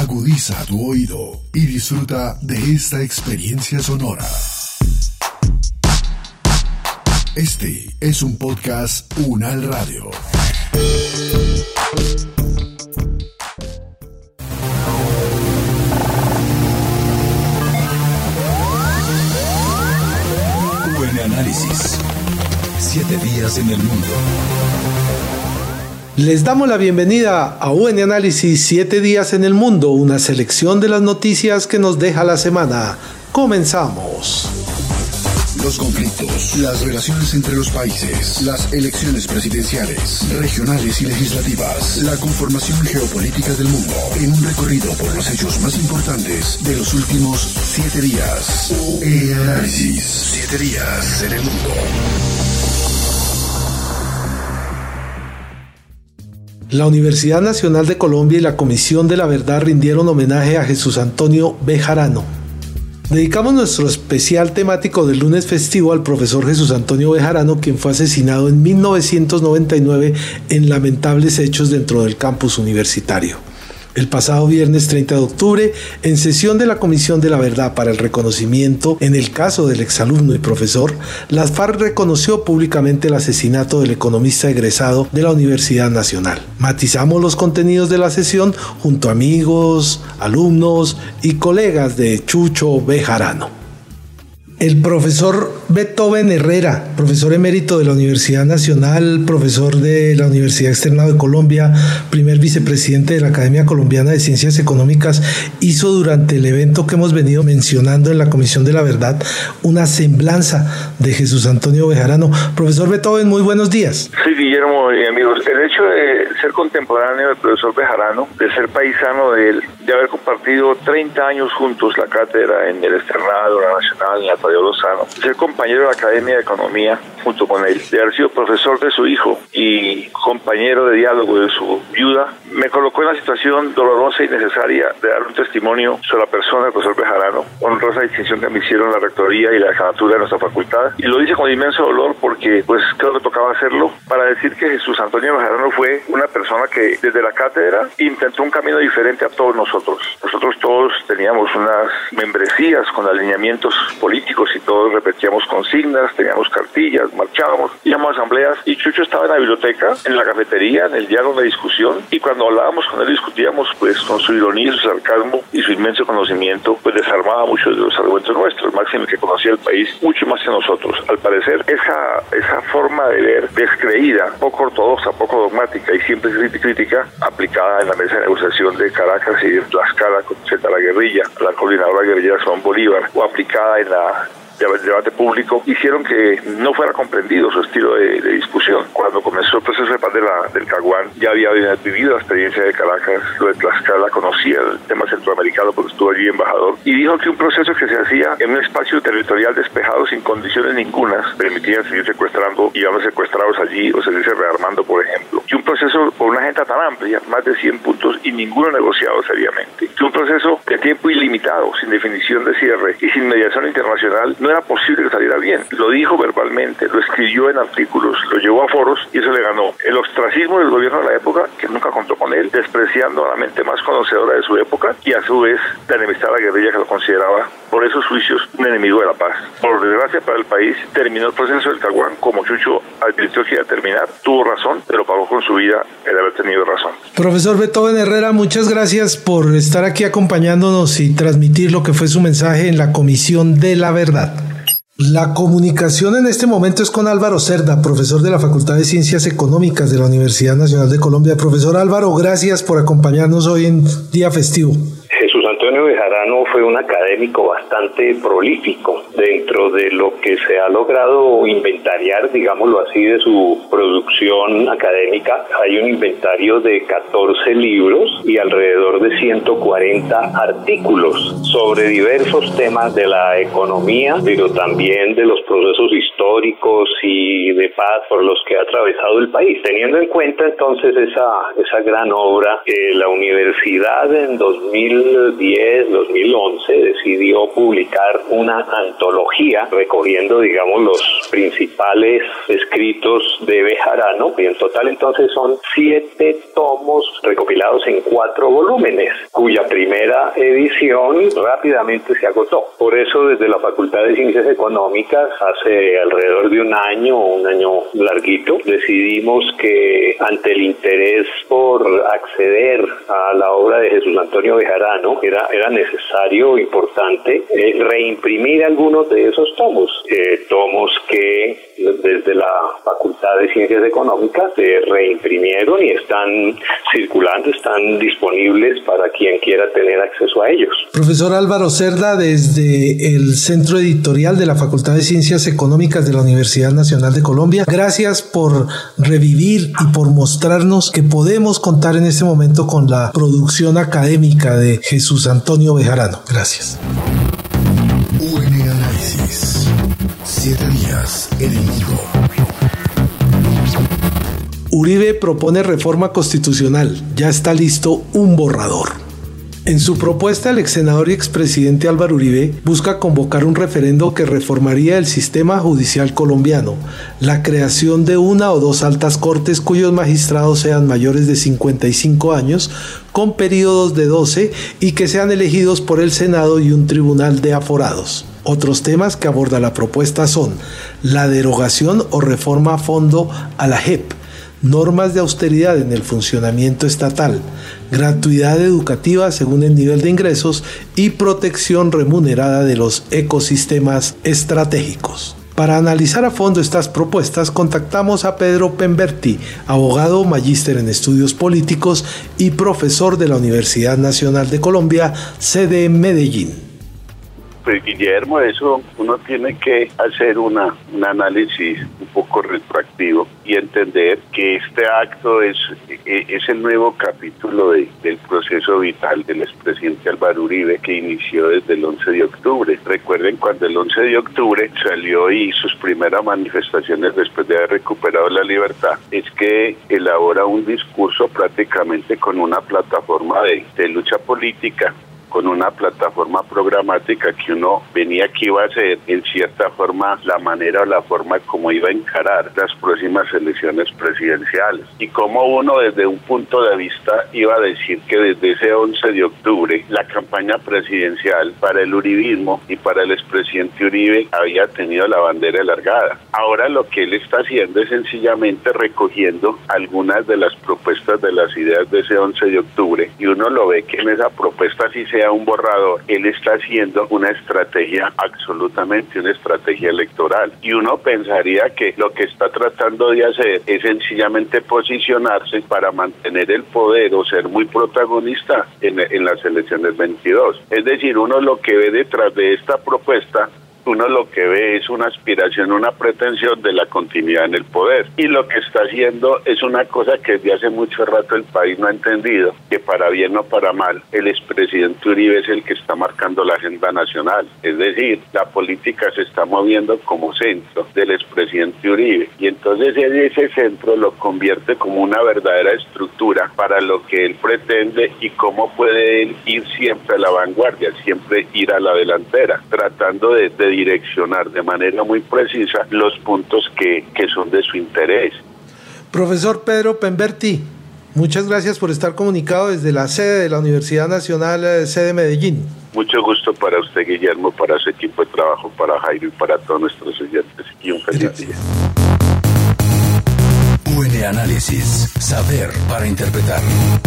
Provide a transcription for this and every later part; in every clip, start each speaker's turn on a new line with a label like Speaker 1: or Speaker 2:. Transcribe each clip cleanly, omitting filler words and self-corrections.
Speaker 1: Agudiza tu oído y disfruta de esta experiencia sonora. Este es un podcast Unal Radio. UN Análisis. 7 días en el mundo.
Speaker 2: Les damos la bienvenida a UN Análisis 7 días en el mundo, una selección de las noticias que nos deja la semana. Comenzamos.
Speaker 1: Los conflictos, las relaciones entre los países, las elecciones presidenciales, regionales y legislativas, la conformación geopolítica del mundo, en un recorrido por los hechos más importantes de los últimos 7 días. UN Análisis, 7 días en el mundo.
Speaker 2: La Universidad Nacional de Colombia y la Comisión de la Verdad rindieron homenaje a Jesús Antonio Bejarano. Dedicamos nuestro especial temático del lunes festivo al profesor Jesús Antonio Bejarano, quien fue asesinado en 1999 en lamentables hechos dentro del campus universitario. El pasado viernes 30 de octubre, en sesión de la Comisión de la Verdad para el reconocimiento en el caso del exalumno y profesor, las FARC reconoció públicamente el asesinato del economista egresado de la Universidad Nacional. Matizamos los contenidos de la sesión junto a amigos, alumnos y colegas de Chucho Bejarano. El profesor Beethoven Herrera, profesor emérito de la Universidad Nacional, profesor de la Universidad Externado de Colombia, primer vicepresidente de la Academia Colombiana de Ciencias Económicas, hizo durante el evento que hemos venido mencionando en la Comisión de la Verdad una semblanza de Jesús Antonio Bejarano. Profesor Beethoven, muy buenos días.
Speaker 3: Sí, Guillermo y amigos, el hecho de ser contemporáneo del profesor Bejarano, de ser paisano de él, de haber compartido 30 años juntos la cátedra en el Externado, la Nacional, en la Lozano, ser compañero de la Academia de Economía junto con él, de haber sido profesor de su hijo y compañero de diálogo de su viuda, me colocó en la situación dolorosa y necesaria de dar un testimonio sobre la persona del profesor Bejarano, honrosa distinción que me hicieron la rectoría y la decanatura de nuestra facultad, y lo hice con inmenso dolor porque pues creo que tocaba hacerlo, para decir que Jesús Antonio Bejarano fue una persona que desde la cátedra intentó un camino diferente a todos nosotros. Nosotros todos teníamos unas membresías con alineamientos políticos y todos repetíamos consignas, teníamos cartillas, marchábamos, íbamos a asambleas, y Chucho estaba en la biblioteca, en la cafetería, en el diálogo de discusión, y cuando hablábamos con él discutíamos pues con su ironía, su sarcasmo y su inmenso conocimiento, pues desarmaba muchos de los argumentos nuestros, máximo que conocía el país mucho más que nosotros. Al parecer esa forma de ver descreída, poco ortodoxa, poco dogmática y siempre crítica, aplicada en la mesa de negociación de Caracas y de Tlaxcala contra la guerrilla, la coordinadora guerrillera Simón Bolívar, o aplicada en el debate público, hicieron que no fuera comprendido su estilo de discusión. Cuando comenzó el proceso de paz del Caguán, ya había vivido la experiencia de Caracas, lo de Tlaxcala, conocía el tema centroamericano porque estuvo allí embajador, y dijo que un proceso que se hacía en un espacio territorial despejado sin condiciones ningunas permitía seguir secuestrando y llevando secuestrados allí o seguirse rearmando, por ejemplo. Que un proceso con una agenda tan amplia, más de 100 puntos y ninguno negociado seriamente. Que un proceso de tiempo ilimitado, sin definición de cierre y sin mediación internacional, no era posible que saliera bien. Lo dijo verbalmente, lo escribió en artículos, lo llevó a foros y eso le ganó el ostracismo del gobierno de la época, que nunca contó con él, despreciando a la mente más conocedora de su época, y a su vez la enemistad a la guerrilla, que lo consideraba por esos juicios un enemigo de la paz. Por desgracia para el país, terminó el proceso del Caguán como Chucho advirtió que iba a terminar. Tuvo razón, pero pagó con su vida el haber tenido razón.
Speaker 2: Profesor Beethoven Herrera, muchas gracias por estar aquí acompañándonos y transmitir lo que fue su mensaje en la Comisión de la Verdad. La comunicación en este momento es con Álvaro Cerda, profesor de la Facultad de Ciencias Económicas de la Universidad Nacional de Colombia. Profesor Álvaro, gracias por acompañarnos hoy en día festivo.
Speaker 4: Jesús Antonio Bejarano fue un académico bastante prolífico dentro de lo que se ha logrado inventariar, digámoslo así, de su producción académica. Hay un inventario de 14 libros y alrededor de 140 artículos sobre diversos temas de la economía, pero también de los procesos históricos y de paz por los que ha atravesado el país. Teniendo en cuenta entonces esa gran obra, la universidad en 2010-2011 decidió publicar una antología antología recogiendo, digamos, los principales escritos de Bejarano, y en total entonces son 7 tomos recopilados en 4 volúmenes, cuya primera edición rápidamente se agotó. Por eso desde la Facultad de Ciencias Económicas, hace alrededor de un año larguito, decidimos que ante el interés por acceder a la obra de Jesús Antonio Bejarano, era necesario, importante, reimprimir algunos de esos tomos que desde la Facultad de Ciencias Económicas se reimprimieron y están circulando, están disponibles para quien quiera tener acceso a ellos.
Speaker 2: Profesor Álvaro Cerda, desde el Centro Editorial de la Facultad de Ciencias Económicas de la Universidad Nacional de Colombia, gracias por revivir y por mostrarnos que podemos contar en este momento con la producción académica de Jesús Antonio Bejarano. Gracias.
Speaker 1: UN Análisis. 7 días en el mundo.
Speaker 2: Uribe propone reforma constitucional. Ya está listo un borrador. En su propuesta, el exsenador y expresidente Álvaro Uribe busca convocar un referendo que reformaría el sistema judicial colombiano, la creación de 1 o 2 altas cortes cuyos magistrados sean mayores de 55 años, con periodos de 12 y que sean elegidos por el Senado y un tribunal de aforados. Otros temas que aborda la propuesta son la derogación o reforma a fondo a la JEP, normas de austeridad en el funcionamiento estatal, gratuidad educativa según el nivel de ingresos y protección remunerada de los ecosistemas estratégicos. Para analizar a fondo estas propuestas, contactamos a Pedro Pemberti, abogado, magíster en estudios políticos y profesor de la Universidad Nacional de Colombia, sede en Medellín.
Speaker 5: Pues Guillermo, eso uno tiene que hacer un análisis un poco retroactivo y entender que este acto es el nuevo capítulo del proceso vital del expresidente Álvaro Uribe, que inició desde el 11 de octubre. Recuerden cuando el 11 de octubre salió y sus primeras manifestaciones después de haber recuperado la libertad, es que elabora un discurso prácticamente con una plataforma de lucha política, con una plataforma programática que uno venía que iba a ser en cierta forma la manera o la forma como iba a encarar las próximas elecciones presidenciales, y como uno desde un punto de vista iba a decir que desde ese 11 de octubre la campaña presidencial para el uribismo y para el expresidente Uribe había tenido la bandera alargada. Ahora lo que él está haciendo es sencillamente recogiendo algunas de las propuestas de las ideas de ese 11 de octubre, y uno lo ve que en esa propuesta sí sea un borrador, él está haciendo una estrategia, absolutamente una estrategia electoral, y uno pensaría que lo que está tratando de hacer es sencillamente posicionarse para mantener el poder o ser muy protagonista en las elecciones 22. Es decir, uno lo que ve detrás de esta propuesta, uno lo que ve es una aspiración, una pretensión de la continuidad en el poder. Y lo que está haciendo es una cosa que desde hace mucho rato el país no ha entendido, que para bien o para mal, el expresidente Uribe es el que está marcando la agenda nacional. Es decir, la política se está moviendo como centro del expresidente Uribe. Y entonces ese centro lo convierte como una verdadera estructura para lo que él pretende y cómo puede él ir siempre a la vanguardia, siempre ir a la delantera, tratando de direccionar de manera muy precisa los puntos que son de su interés.
Speaker 2: Profesor Pedro Pemberti, muchas gracias por estar comunicado desde la sede de la Universidad Nacional, sede Medellín.
Speaker 5: Mucho gusto para usted, Guillermo, para su equipo de trabajo, para Jairo y para todos nuestros oyentes. Y un feliz día.
Speaker 1: UN Análisis, saber para interpretar.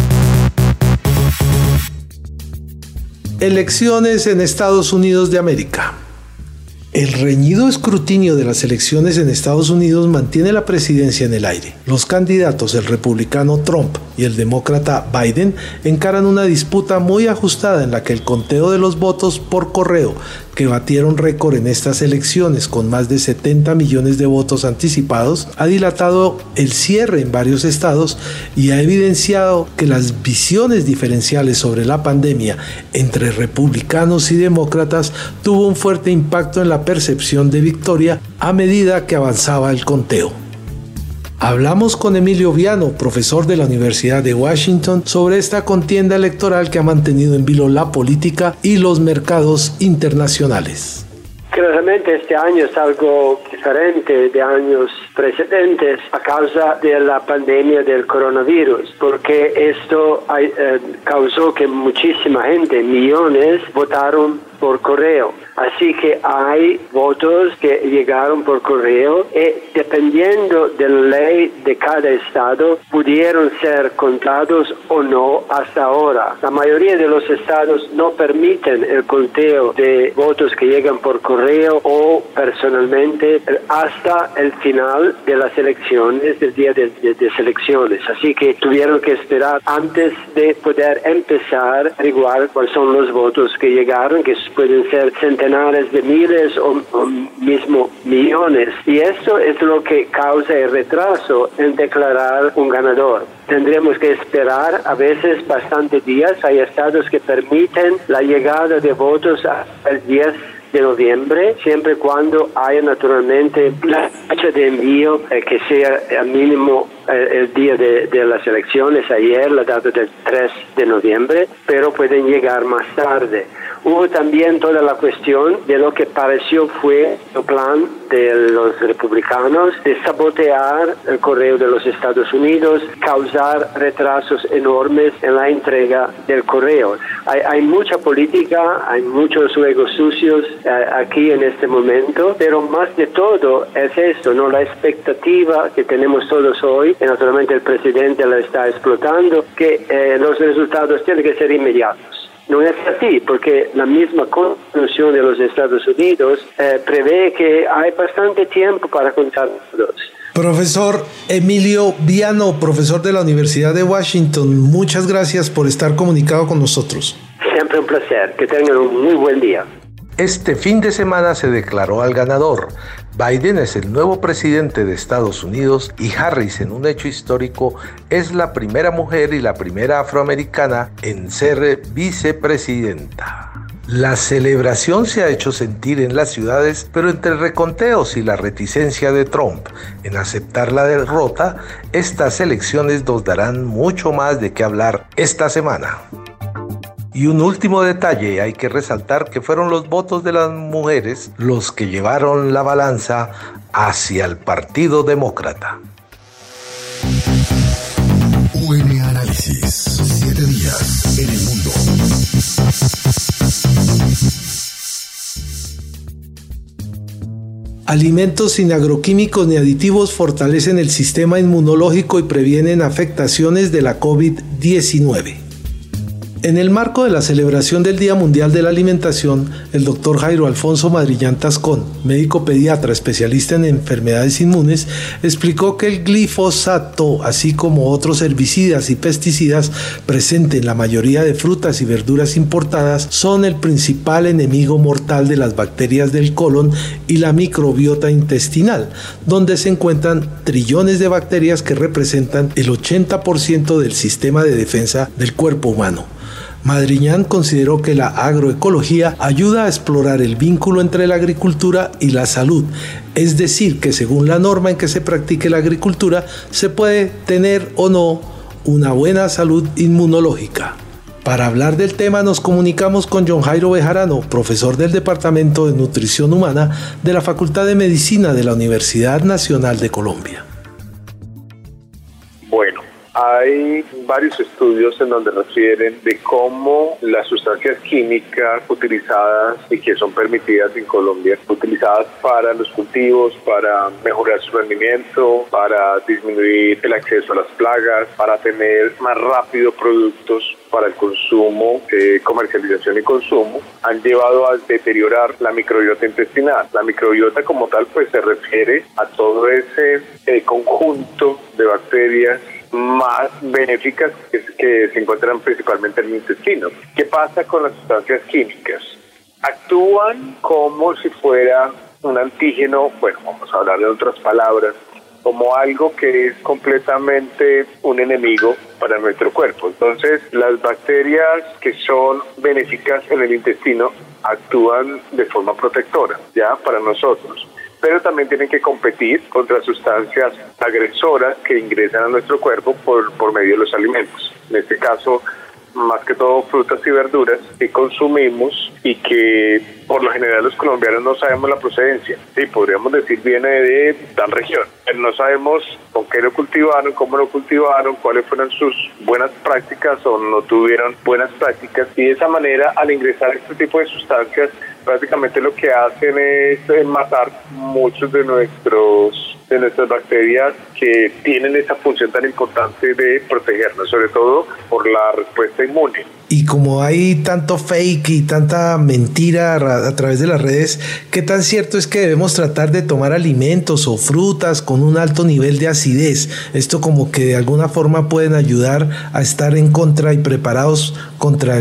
Speaker 2: Elecciones en Estados Unidos de América. El reñido escrutinio de las elecciones en Estados Unidos mantiene la presidencia en el aire. Los candidatos, el republicano Trump y el demócrata Biden, encaran una disputa muy ajustada en la que el conteo de los votos por correo, que batieron récord en estas elecciones con más de 70 millones de votos anticipados, ha dilatado el cierre en varios estados y ha evidenciado que las visiones diferenciales sobre la pandemia entre republicanos y demócratas tuvo un fuerte impacto en la percepción de victoria a medida que avanzaba el conteo. Hablamos con Emilio Viano, profesor de la Universidad de Washington, sobre esta contienda electoral que ha mantenido en vilo la política y los mercados internacionales.
Speaker 6: Claramente este año es algo diferente de años precedentes a causa de la pandemia del coronavirus, porque esto causó que muchísima gente, millones, votaron por correo. Así que hay votos que llegaron por correo y dependiendo de la ley de cada estado pudieron ser contados o no hasta ahora. La mayoría de los estados no permiten el conteo de votos que llegan por correo o personalmente hasta el final de las elecciones, del día de selecciones. Así que tuvieron que esperar antes de poder empezar a averiguar cuáles son los votos que llegaron, que pueden ser centenares de miles o mismo millones. Y esto es lo que causa el retraso en declarar un ganador. Tendremos que esperar a veces bastantes días. Hay estados que permiten la llegada de votos hasta el 10 de noviembre, siempre y cuando haya naturalmente la fecha de envío que sea al mínimo el día de las elecciones, ayer, la data del 3 de noviembre, pero pueden llegar más tarde. Hubo también toda la cuestión de lo que pareció fue el plan de los republicanos de sabotear el correo de los Estados Unidos, causar retrasos enormes en la entrega del correo. Hay mucha política, hay muchos juegos sucios aquí en este momento, pero más de todo es esto, ¿no? La expectativa que tenemos todos hoy, y naturalmente el presidente la está explotando, que los resultados tienen que ser inmediatos. No es así, porque la misma Constitución de los Estados Unidos prevé que hay bastante tiempo para contarlos.
Speaker 2: Profesor Emilio Viano, profesor de la Universidad de Washington, muchas gracias por estar comunicado con nosotros.
Speaker 6: Siempre un placer, que tengan un muy buen día.
Speaker 2: Este fin de semana se declaró al ganador. Biden es el nuevo presidente de Estados Unidos y Harris, en un hecho histórico, es la primera mujer y la primera afroamericana en ser vicepresidenta. La celebración se ha hecho sentir en las ciudades, pero entre reconteos y la reticencia de Trump en aceptar la derrota, estas elecciones nos darán mucho más de qué hablar esta semana. Y un último detalle, hay que resaltar que fueron los votos de las mujeres los que llevaron la balanza hacia el Partido Demócrata.
Speaker 1: UN Análisis. 7 días en el mundo.
Speaker 2: Alimentos sin agroquímicos ni aditivos fortalecen el sistema inmunológico y previenen afectaciones de la COVID-19. En el marco de la celebración del Día Mundial de la Alimentación, el doctor Jairo Alfonso Madrillán Tascón, médico pediatra especialista en enfermedades inmunes, explicó que el glifosato, así como otros herbicidas y pesticidas presentes en la mayoría de frutas y verduras importadas, son el principal enemigo mortal de las bacterias del colon y la microbiota intestinal, donde se encuentran trillones de bacterias que representan el 80% del sistema de defensa del cuerpo humano. Madrillán consideró que la agroecología ayuda a explorar el vínculo entre la agricultura y la salud, es decir, que según la norma en que se practique la agricultura, se puede tener o no una buena salud inmunológica. Para hablar del tema nos comunicamos con John Jairo Bejarano, profesor del Departamento de Nutrición Humana de la Facultad de Medicina de la Universidad Nacional de Colombia.
Speaker 5: Bueno, hay varios estudios en donde refieren de cómo las sustancias químicas utilizadas y que son permitidas en Colombia, utilizadas para los cultivos, para mejorar su rendimiento, para disminuir el acceso a las plagas, para tener más rápido productos para el consumo, comercialización y consumo, han llevado a deteriorar la microbiota intestinal. La microbiota como tal pues se refiere a todo ese conjunto de bacterias más benéficas que se encuentran principalmente en el intestino. ¿Qué pasa con las sustancias químicas? Actúan como si fuera un antígeno, bueno, vamos a hablar de otras palabras, como algo que es completamente un enemigo para nuestro cuerpo. Entonces, las bacterias que son benéficas en el intestino actúan de forma protectora, ya, para nosotros. Pero también tienen que competir contra sustancias agresoras que ingresan a nuestro cuerpo por medio de los alimentos. En este caso,
Speaker 7: más que todo frutas y verduras que consumimos y que por lo general los colombianos no sabemos la procedencia. Sí, podríamos decir viene de tal región, pero no sabemos con qué lo cultivaron, cómo lo cultivaron, cuáles fueron sus buenas prácticas o no tuvieron buenas prácticas, y de esa manera al ingresar este tipo de sustancias prácticamente lo que hacen es matar muchos de nuestras bacterias que tienen esa función tan importante de protegernos, sobre todo por la respuesta inmune.
Speaker 2: Y como hay tanto fake y tanta mentira a través de las redes, ¿qué tan cierto es que debemos tratar de tomar alimentos o frutas con un alto nivel de acidez? Esto como que de alguna forma pueden ayudar a estar en contra y preparados contra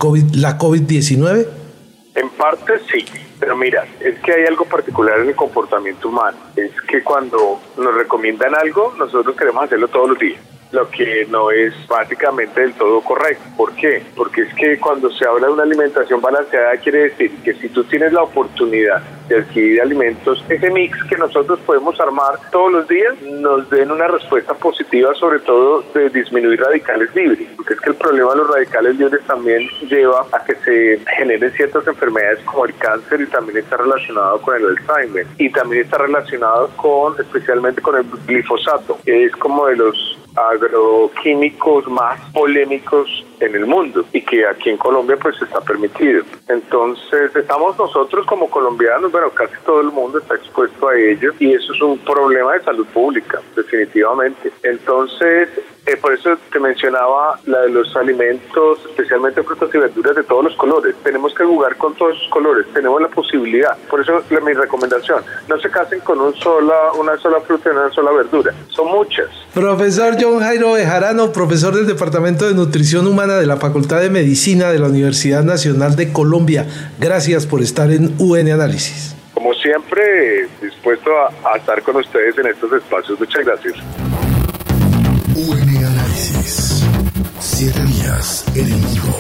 Speaker 2: la COVID-19.
Speaker 7: En parte sí, pero mira, es que hay algo particular en el comportamiento humano. Es que cuando nos recomiendan algo, nosotros queremos hacerlo todos los días, lo que no es básicamente del todo correcto. ¿Por qué? Porque es que cuando se habla de una alimentación balanceada quiere decir que si tú tienes la oportunidad de adquirir alimentos, ese mix que nosotros podemos armar todos los días nos den una respuesta positiva, sobre todo de disminuir radicales libres, porque es que el problema de los radicales libres también lleva a que se generen ciertas enfermedades como el cáncer, y también está relacionado con el Alzheimer, y también está relacionado especialmente con el glifosato, que es como de los agroquímicos más polémicos en el mundo y que aquí en Colombia pues está permitido. Entonces estamos nosotros como colombianos, bueno, casi todo el mundo está expuesto a ello, y eso es un problema de salud pública, definitivamente. Entonces por eso te mencionaba la de los alimentos, especialmente frutas y verduras de todos los colores. Tenemos que jugar con todos esos colores, tenemos la posibilidad. Por eso mi recomendación, no se casen con una sola fruta y una sola verdura, son muchas.
Speaker 2: Profesor John Jairo Bejarano, profesor del Departamento de Nutrición Humana de la Facultad de Medicina de la Universidad Nacional de Colombia, gracias por estar en UN Análisis.
Speaker 7: Como siempre, dispuesto a estar con ustedes en estos espacios. Muchas gracias.
Speaker 1: UN Análisis. 7 días en el mundo.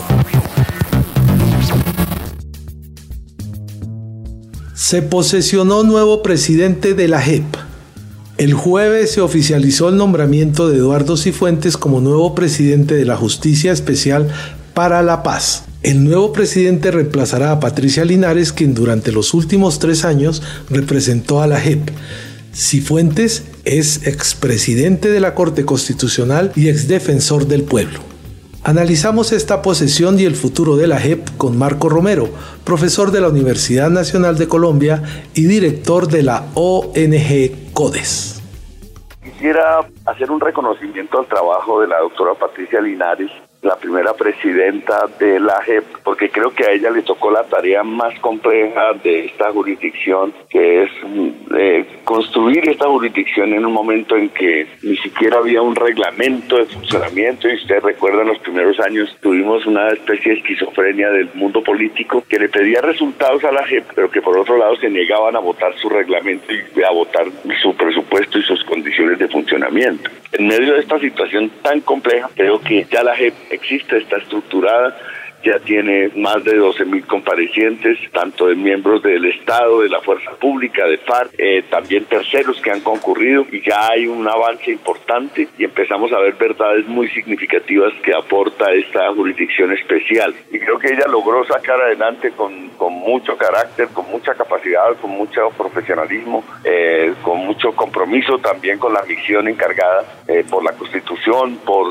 Speaker 2: Se posesionó nuevo presidente de la JEP. El jueves se oficializó el nombramiento de Eduardo Cifuentes como nuevo presidente de la Justicia Especial para la Paz. El nuevo presidente reemplazará a Patricia Linares, quien durante los últimos 3 años representó a la JEP. Cifuentes es expresidente de la Corte Constitucional y exdefensor del pueblo. Analizamos esta posesión y el futuro de la JEP con Marco Romero, profesor de la Universidad Nacional de Colombia y director de la ONG CODES.
Speaker 5: Quisiera hacer un reconocimiento al trabajo de la doctora Patricia Linares, la primera presidenta de la JEP, porque creo que a ella le tocó la tarea más compleja de esta jurisdicción, que es construir esta jurisdicción en un momento en que ni siquiera había un reglamento de funcionamiento. Y ustedes recuerdan, los primeros años tuvimos una especie de esquizofrenia del mundo político que le pedía resultados a la JEP, pero que por otro lado se negaban a votar su reglamento y a votar su presupuesto y sus condiciones de funcionamiento. En medio de esta situación tan compleja, creo que ya la JEP existe, está estructurada, ya tiene más de 12.000 comparecientes, tanto de miembros del Estado, de la Fuerza Pública, de FARC, también terceros que han concurrido, y ya hay un avance importante y empezamos a ver verdades muy significativas que aporta esta jurisdicción especial. Y creo que ella logró sacar adelante con mucho carácter, con mucha capacidad, con mucho profesionalismo, con mucho compromiso también con la misión encargada por la Constitución, por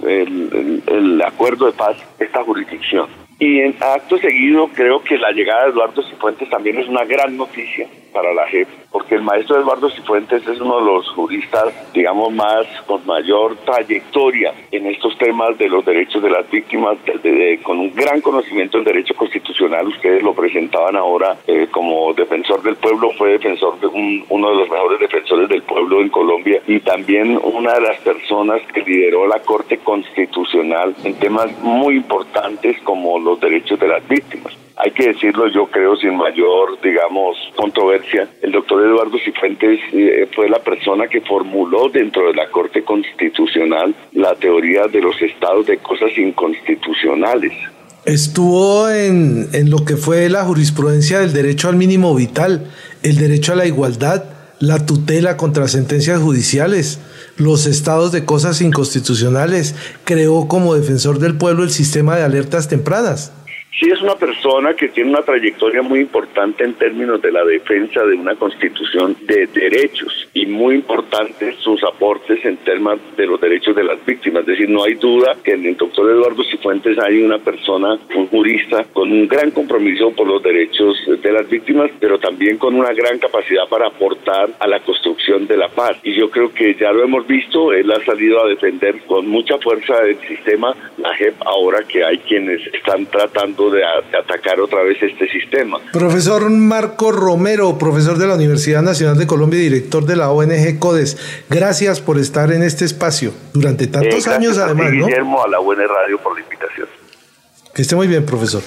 Speaker 5: el acuerdo de paz, esta jurisdicción. Y en acto seguido creo que la llegada de Eduardo Cifuentes también es una gran noticia para la JEP, porque el maestro Eduardo Cifuentes es uno de los juristas, digamos, con mayor trayectoria en estos temas de los derechos de las víctimas, con un gran conocimiento del derecho constitucional. Ustedes lo presentaban ahora como defensor del pueblo, fue defensor de uno de los mejores defensores del pueblo en Colombia, y también una de las personas que lideró la Corte Constitucional en temas muy importantes como los derechos de las víctimas. Hay que decirlo, yo creo, sin mayor, digamos, controversia, el doctor Eduardo Cifuentes fue la persona que formuló dentro de la Corte Constitucional la teoría de los estados de cosas inconstitucionales.
Speaker 2: Estuvo en lo que fue la jurisprudencia del derecho al mínimo vital, el derecho a la igualdad, la tutela contra sentencias judiciales. los estados de cosas inconstitucionales, creó como defensor del pueblo el sistema de alertas tempranas.
Speaker 5: Sí, es una persona que tiene una trayectoria muy importante en términos de la defensa de una constitución de derechos y muy importantes sus aportes en temas de los derechos de las víctimas. Es decir, no hay duda que en el doctor Eduardo Cifuentes hay una persona, un jurista, con un gran compromiso por los derechos de las víctimas, pero también con una gran capacidad para aportar a la construcción de la paz. Y yo creo que ya lo hemos visto, él ha salido a defender con mucha fuerza el sistema, la JEP, ahora que hay quienes están tratando de atacar otra vez este sistema.
Speaker 2: Profesor Marco Romero, profesor de la Universidad Nacional de Colombia y director de la ONG CODES, gracias por estar en este espacio durante tantos años además, ¿no?
Speaker 5: Guillermo, a la UN Radio por la invitación.
Speaker 2: Que esté muy bien, profesor.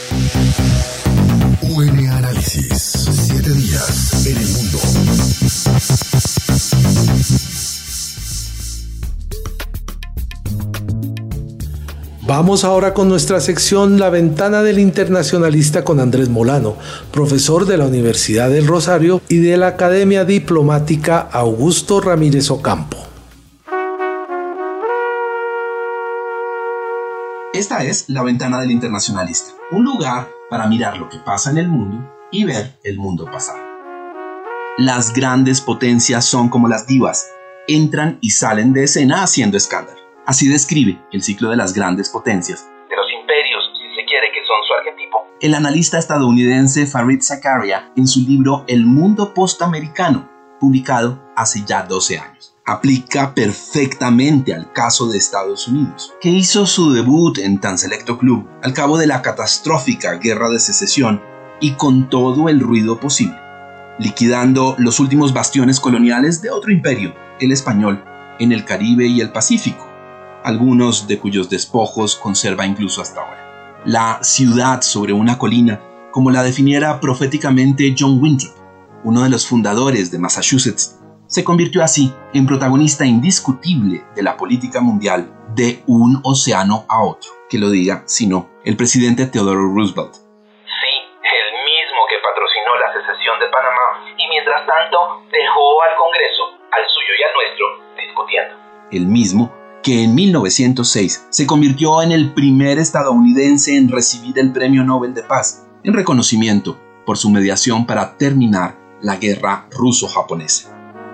Speaker 1: UN Análisis, 7 días en el mundo.
Speaker 2: Vamos ahora con nuestra sección La Ventana del Internacionalista con Andrés Molano, profesor de la Universidad del Rosario y de la Academia Diplomática Augusto Ramírez Ocampo.
Speaker 8: Esta es La Ventana del Internacionalista, un lugar para mirar lo que pasa en el mundo y ver el mundo pasar. Las grandes potencias son como las divas, entran y salen de escena haciendo escándalo. Así describe el ciclo de las grandes potencias, de los imperios, si se quiere, que son su arquetipo, el analista estadounidense Fareed Zakaria en su libro El mundo postamericano, publicado hace ya 12 años. Aplica perfectamente al caso de Estados Unidos, que hizo su debut en tan selecto club al cabo de la catastrófica Guerra de Secesión y con todo el ruido posible, liquidando los últimos bastiones coloniales de otro imperio, el español, en el Caribe y el Pacífico, algunos de cuyos despojos conserva incluso hasta ahora. La ciudad sobre una colina, como la definiera proféticamente John Winthrop, uno de los fundadores de Massachusetts, se convirtió así en protagonista indiscutible de la política mundial de un océano a otro. Que lo diga, sino el presidente Theodore Roosevelt.
Speaker 9: Sí, el mismo que patrocinó la secesión de Panamá y mientras tanto dejó al Congreso, al suyo y al nuestro, discutiendo.
Speaker 8: El mismo que en 1906 se convirtió en el primer estadounidense en recibir el Premio Nobel de Paz, en reconocimiento por su mediación para terminar la guerra ruso-japonesa.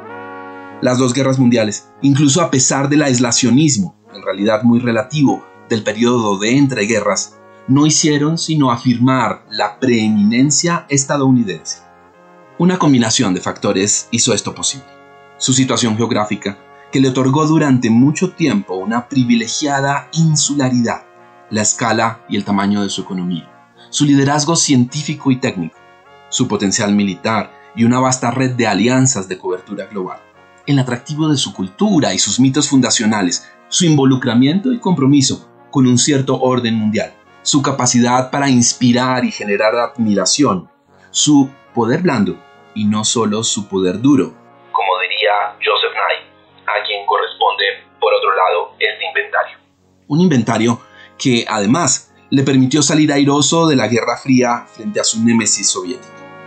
Speaker 8: Las dos guerras mundiales, incluso a pesar del aislacionismo, en realidad muy relativo, del periodo de entreguerras, no hicieron sino afirmar la preeminencia estadounidense. Una combinación de factores hizo esto posible. Su situación geográfica, que le otorgó durante mucho tiempo una privilegiada insularidad, la escala y el tamaño de su economía, su liderazgo científico y técnico, su potencial militar y una vasta red de alianzas de cobertura global, el atractivo de su cultura y sus mitos fundacionales, su involucramiento y compromiso con un cierto orden mundial, su capacidad para inspirar y generar admiración, su poder blando y no solo su poder duro,
Speaker 9: como diría Joseph Nye, a quien corresponde, por otro lado, este inventario.
Speaker 8: Un inventario que, además, le permitió salir airoso de la Guerra Fría frente a su némesis soviética.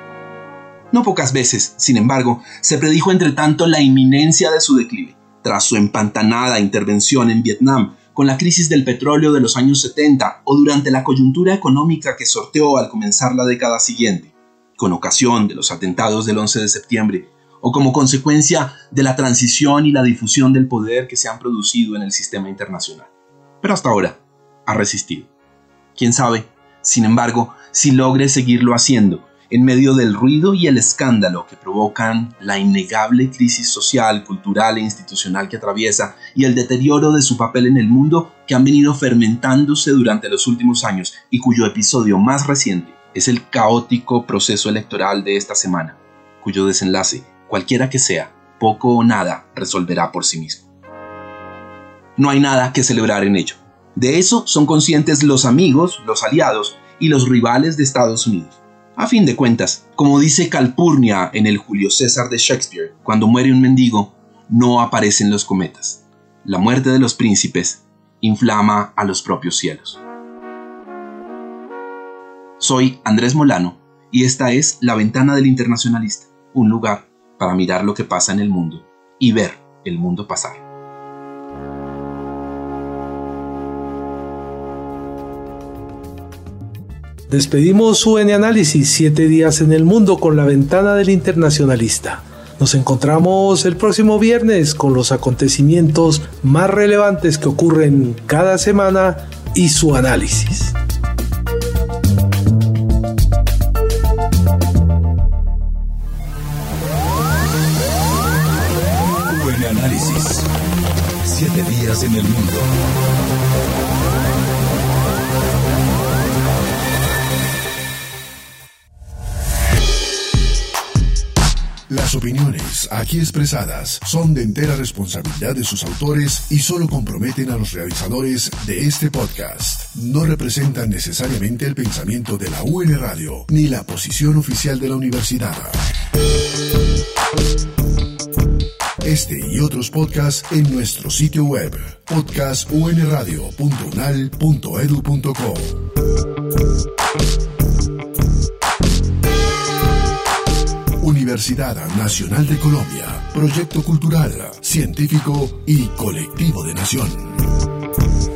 Speaker 8: No pocas veces, sin embargo, se predijo entre tanto la inminencia de su declive, tras su empantanada intervención en Vietnam, con la crisis del petróleo de los años 70 o durante la coyuntura económica que sorteó al comenzar la década siguiente, con ocasión de los atentados del 11 de septiembre, o como consecuencia de la transición y la difusión del poder que se han producido en el sistema internacional. Pero hasta ahora ha resistido. Quién sabe, sin embargo, si logre seguirlo haciendo en medio del ruido y el escándalo que provocan la innegable crisis social, cultural e institucional que atraviesa y el deterioro de su papel en el mundo que han venido fermentándose durante los últimos años y cuyo episodio más reciente es el caótico proceso electoral de esta semana, cuyo desenlace, cualquiera que sea, poco o nada resolverá por sí mismo. No hay nada que celebrar en ello. De eso son conscientes los amigos, los aliados y los rivales de Estados Unidos. A fin de cuentas, como dice Calpurnia en el Julio César de Shakespeare, cuando muere un mendigo, no aparecen los cometas. La muerte de los príncipes inflama a los propios cielos. Soy Andrés Molano y esta es La Ventana del Internacionalista, un lugar para mirar lo que pasa en el mundo y ver el mundo pasar.
Speaker 2: Despedimos UN Análisis, 7 días en el mundo con la ventana del internacionalista. Nos encontramos el próximo viernes con los acontecimientos más relevantes que ocurren cada semana y su análisis.
Speaker 1: UN Análisis, 7 días en el mundo. Las opiniones aquí expresadas son de entera responsabilidad de sus autores y solo comprometen a los realizadores de este podcast. No representan necesariamente el pensamiento de la UN Radio ni la posición oficial de la universidad. Este y otros podcasts en nuestro sitio web podcastunradio.unal.edu.co. Universidad Nacional de Colombia, proyecto cultural, científico y colectivo de nación.